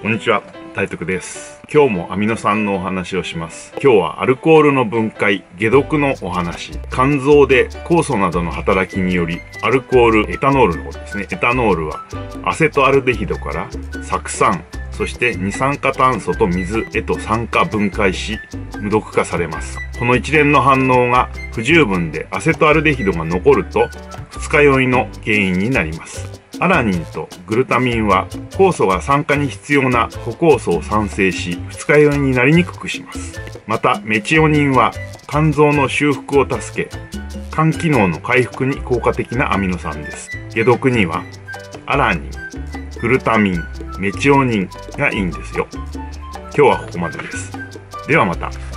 こんにちは、大徳です。今日もアミノ酸のお話をします。今日はアルコールの分解、解毒のお話。肝臓で酵素などの働きにより、アルコール、エタノールのことですね。エタノールはアセトアルデヒドから酢酸、そして二酸化炭素と水へと酸化分解し、無毒化されます。この一連の反応が不十分でアセトアルデヒドが残ると、二日酔いの原因になります。アラニンとグルタミンは酵素が酸化に必要な補酵素を産生し、二日酔いになりにくくします。また、メチオニンは肝臓の修復を助け、肝機能の回復に効果的なアミノ酸です。解毒にはアラニン、グルタミン、メチオニンがいいんですよ。今日はここまでです。ではまた。